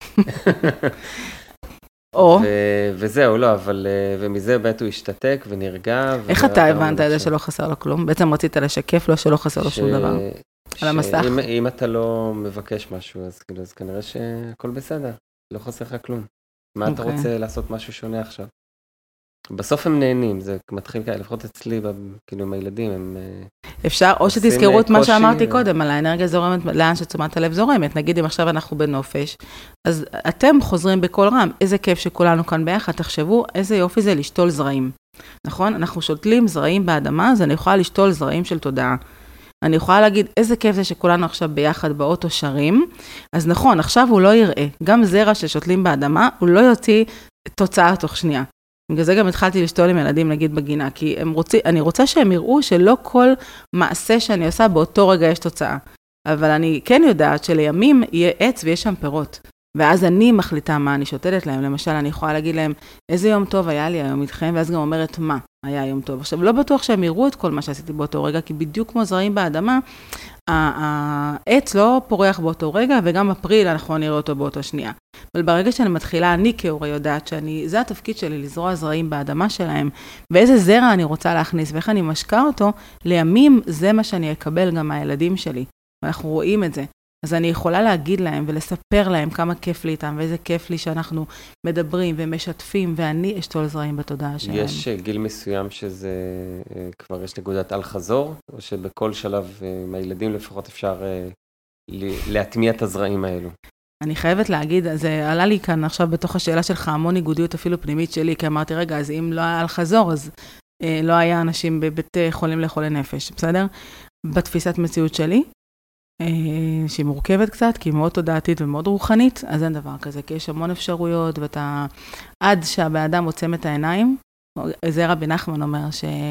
או. וזהו, לא, אבל, ומזה באמת הוא השתתק ונרגע. איך אתה הבנת את זה שלא חסר לו כלום? בעצם רצית לשקף לו שלא חסר לו שום דבר. על המסך. אם אתה לא מבקש משהו, אז כנראה שהכל בסדר. לא חסר לך כלום. מה אתה רוצה לעשות משהו שונה עכשיו? בסוף הם נהנים, זה מתחיל כאלה, לפחות אצלי, כאילו עם הילדים, הם... אפשר, או שתזכרו את מה שאמרתי קודם, על האנרגיה זורמת, לאן שתשומת הלב זורמת. נגיד, אם עכשיו אנחנו בנופש, אז אתם חוזרים בכל רם, איזה כיף שכולנו כאן ביחד, תחשבו איזה יופי זה לשתול זרעים. נכון? אנחנו שותלים זרעים באדמה, אז אני יכולה לשתול זרעים של תודעה. אני יכולה להגיד, איזה כיף זה שכולנו עכשיו ביחד באוטו שרים. אז נכון, עכשיו הוא לא יראה. גם זרע ששותלים באדמה, הוא לא יוציא תוצאה תוך שנייה. בגלל זה גם התחלתי לשתול עם ילדים, נגיד, בגינה, כי הם רוצים, אני רוצה שהם יראו שלא כל מעשה שאני עושה באותו רגע יש תוצאה. אבל אני כן יודעת שלימים יהיה עץ ויש שם פירות. ואז אני מחליטה מה אני שותלת להם. למשל, אני יכולה להגיד להם, איזה יום טוב היה לי היום איתכם, ואז גם אומרת מה היה יום טוב. עכשיו, לא בטוח שהם יראו את כל מה שעשיתי באותו רגע, כי בדיוק כמו זרעים באדמה, העץ לא פורח באותו רגע, וגם אפריל אנחנו נראה אותו באותו שנייה. אבל ברגע שאני מתחילה, אני כהורה יודעת שאני, זה התפקיד שלי, לזרוע זרעים באדמה שלהם, ואיזה זרע אני רוצה להכניס, ואיך אני משקע אותו, לימים זה מה שאני אקבל גם מהילדים שלי. ואנחנו רואים את זה. אז אני יכולה להגיד להם ולספר להם כמה כיף לי איתם, ואיזה כיף לי שאנחנו מדברים ומשתפים, ואני אשתול זרעים בתודעה שלהם. יש גיל מסוים שזה כבר יש נקודת על חזור, או שבכל שלב מהילדים לפחות אפשר להטמיע את הזרעים האלו. אני חייבת להגיד, זה עלה לי כאן עכשיו בתוך השאלה שלך, המון ניגודיות אפילו פנימית שלי, כי אמרתי, רגע, אז אם לא היה על חזור, אז אה, לא היה אנשים בבית חולים לחולי נפש, בסדר? בתפיסת מציאות שלי, אה, שהיא מורכבת קצת, כי היא מאוד תודעתית ומאוד רוחנית, אז אין דבר כזה, כי יש המון אפשרויות, ואתה, עד שהבאדם עוצם את העיניים, זה רבי נחמן אומר,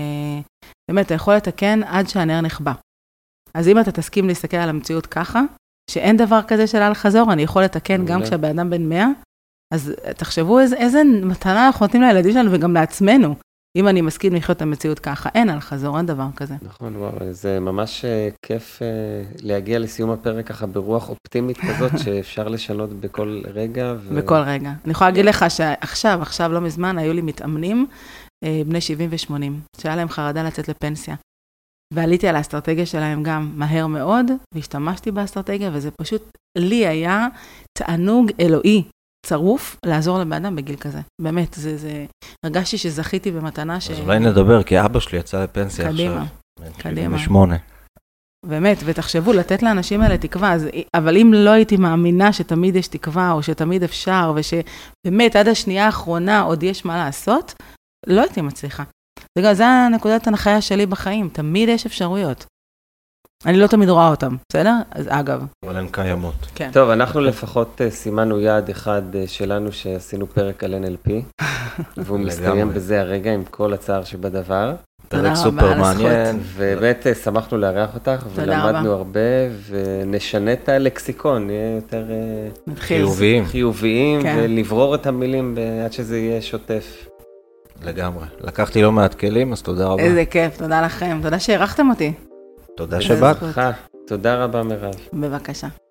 שבאמת, אתה יכול לתקן עד שהנר נחבא. אז אם אתה תסכים להסתכל על המציאות ככה, שאין דבר כזה של על חזור, אני יכול לתקן גם כשהבאדם בן מאה, אז תחשבו איזה, איזה מתנה אנחנו נותנים לילדים שלנו וגם לעצמנו, אם אני מסכים לחיות את המציאות ככה, אין על חזור, אין דבר כזה. נכון, וואו, זה ממש כיף להגיע לסיום הפרק ככה ברוח אופטימית כזאת, שאפשר לשנות בכל רגע. ו... בכל רגע. אני יכולה להגיד לך שעכשיו, עכשיו לא מזמן, היו לי מתאמנים, בני שבעים ושמונים, שהיה להם חרדה לצאת לפנסיה. ועליתי על האסטרטגיה שלהם גם מהר מאוד, והשתמשתי באסטרטגיה, וזה פשוט, לי היה תענוג אלוהי, צרוף, לעזור לבאדם בגיל כזה. באמת, זה, זה, הרגשתי שזכיתי במתנה ש... אז אולי נדבר, כי אבא שלי יצא לפנסיה קדימה, עכשיו. קדימה. שבעים ושמונה. באמת, ותחשבו, לתת לאנשים האלה תקווה, אז, אבל אם לא הייתי מאמינה שתמיד יש תקווה, או שתמיד אפשר, ושבאמת עד השנייה האחרונה עוד יש מה לעשות, לא הייתי מצליחה. וגם, זה הנקודת הנחיה שלי בחיים, תמיד יש אפשרויות. אני לא תמיד רואה אותם, בסדר? אז אגב. אבל הן קיימות. כן. טוב, אנחנו לפחות סימנו יעד אחד שלנו שעשינו פרק על אן אל פי, והוא מסתיים בזה הרגע עם כל הצער שבדבר. פרק סופר מעניין. ובאמת שמחנו לארח אותך, ולמדנו הרבה, ונשנה את הלקסיקון, נהיה יותר חיוביים. חיוביים, ולברור את המילים עד שזה יהיה שוטף. לגמרי. לקחתי לא מעט כלים, אז תודה רבה. איזה כיף, תודה לכם. תודה שהערכתם אותי. תודה שבאת. תודה רבה, מירב. בבקשה.